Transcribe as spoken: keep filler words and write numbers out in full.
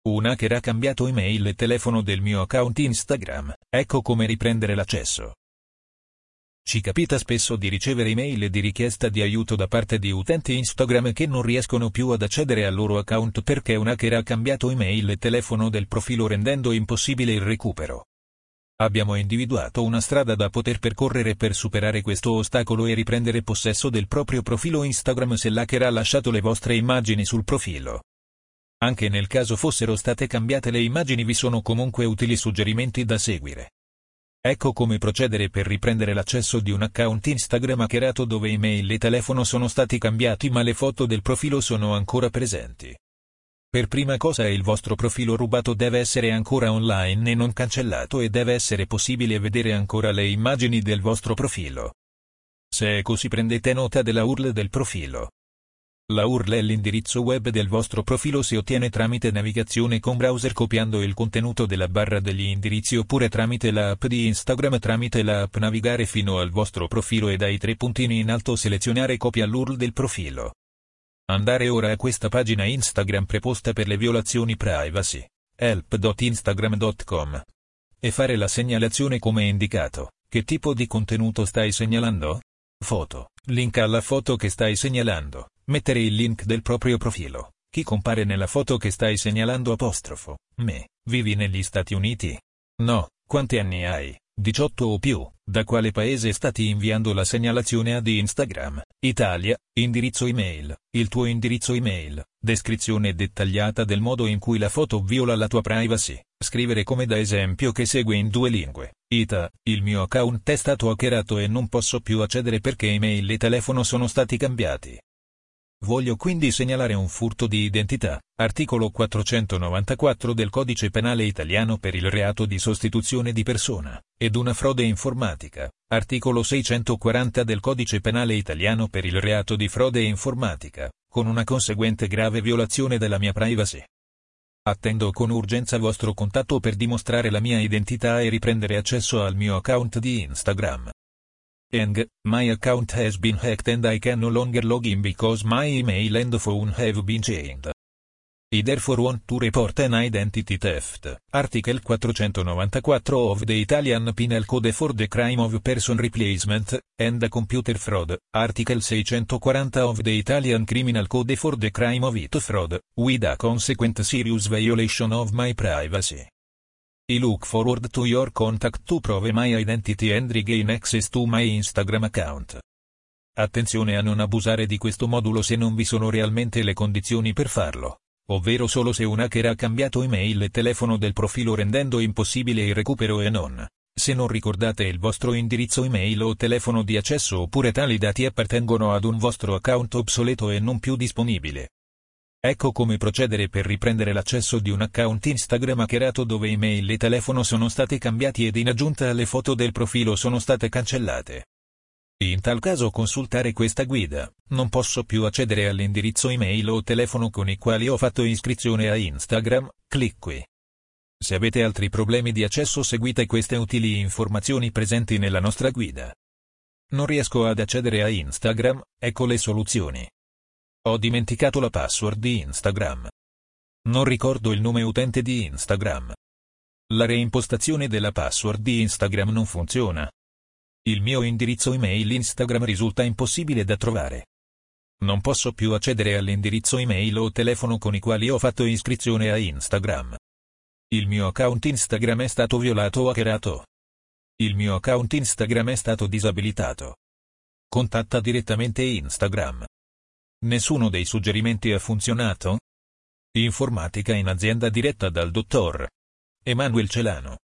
Un hacker ha cambiato email e telefono del mio account Instagram, ecco come riprendere l'accesso. Ci capita spesso di ricevere email di richiesta di aiuto da parte di utenti Instagram che non riescono più ad accedere al loro account perché un hacker ha cambiato email e telefono del profilo rendendo impossibile il recupero. Abbiamo individuato una strada da poter percorrere per superare questo ostacolo e riprendere possesso del proprio profilo Instagram se l'hacker ha lasciato le vostre immagini sul profilo. Anche nel caso fossero state cambiate le immagini vi sono comunque utili suggerimenti da seguire. Ecco come procedere per riprendere l'accesso di un account Instagram hackerato dove email e telefono sono stati cambiati ma le foto del profilo sono ancora presenti. Per prima cosa il vostro profilo rubato deve essere ancora online e non cancellato e deve essere possibile vedere ancora le immagini del vostro profilo. Se è così prendete nota della U R L del profilo. La U R L è l'indirizzo web del vostro profilo, si ottiene tramite navigazione con browser copiando il contenuto della barra degli indirizzi oppure tramite l'app di Instagram. Tramite l'app navigare fino al vostro profilo e dai tre puntini in alto selezionare copia l'U R L del profilo. Andare ora a questa pagina Instagram preposta per le violazioni privacy, help punto instagram punto com, e fare la segnalazione come indicato. Che tipo di contenuto stai segnalando? Foto. Link alla foto che stai segnalando. Mettere il link del proprio profilo. Chi compare nella foto che stai segnalando? Apostrofo. Me. Vivi negli Stati Uniti? No. Quanti anni hai? diciotto o più. Da quale paese stati inviando la segnalazione ad Instagram? Italia. Indirizzo email. Il tuo indirizzo email. Descrizione dettagliata del modo in cui la foto viola la tua privacy. Scrivere come da esempio che segue in due lingue. Ita, il mio account è stato hackerato e non posso più accedere perché email e telefono sono stati cambiati. Voglio quindi segnalare un furto di identità, articolo quattrocentonovantaquattro del Codice Penale Italiano per il reato di sostituzione di persona, ed una frode informatica, articolo seicentoquaranta del Codice Penale Italiano per il reato di frode informatica, con una conseguente grave violazione della mia privacy. Attendo con urgenza vostro contatto per dimostrare la mia identità e riprendere accesso al mio account di Instagram. Eng, my account has been hacked and I can no longer log in because my email and phone have been changed. I therefore want to report an identity theft. Article quattrocentonovantaquattro of the Italian Penal Code for the crime of person replacement, and computer fraud. Article seicentoquaranta of the Italian Criminal Code for the crime of it fraud, with a consequent serious violation of my privacy. I look forward to your contact to prove my identity and regain access to my Instagram account. Attenzione a non abusare di questo modulo se non vi sono realmente le condizioni per farlo, ovvero solo se un hacker ha cambiato email e telefono del profilo rendendo impossibile il recupero e non, se non ricordate il vostro indirizzo email o telefono di accesso oppure tali dati appartengono ad un vostro account obsoleto e non più disponibile. Ecco come procedere per riprendere l'accesso di un account Instagram hackerato dove email e telefono sono stati cambiati ed in aggiunta le foto del profilo sono state cancellate. In tal caso consultare questa guida. Non posso più accedere all'indirizzo email o telefono con i quali ho fatto iscrizione a Instagram, clic qui. Se avete altri problemi di accesso seguite queste utili informazioni presenti nella nostra guida. Non riesco ad accedere a Instagram, ecco le soluzioni. Ho dimenticato la password di Instagram. Non ricordo il nome utente di Instagram. La reimpostazione della password di Instagram non funziona. Il mio indirizzo email Instagram risulta impossibile da trovare. Non posso più accedere all'indirizzo email o telefono con i quali ho fatto iscrizione a Instagram. Il mio account Instagram è stato violato o hackerato. Il mio account Instagram è stato disabilitato. Contatta direttamente Instagram. Nessuno dei suggerimenti ha funzionato? Informatica in azienda diretta dal dottor Emanuel Celano.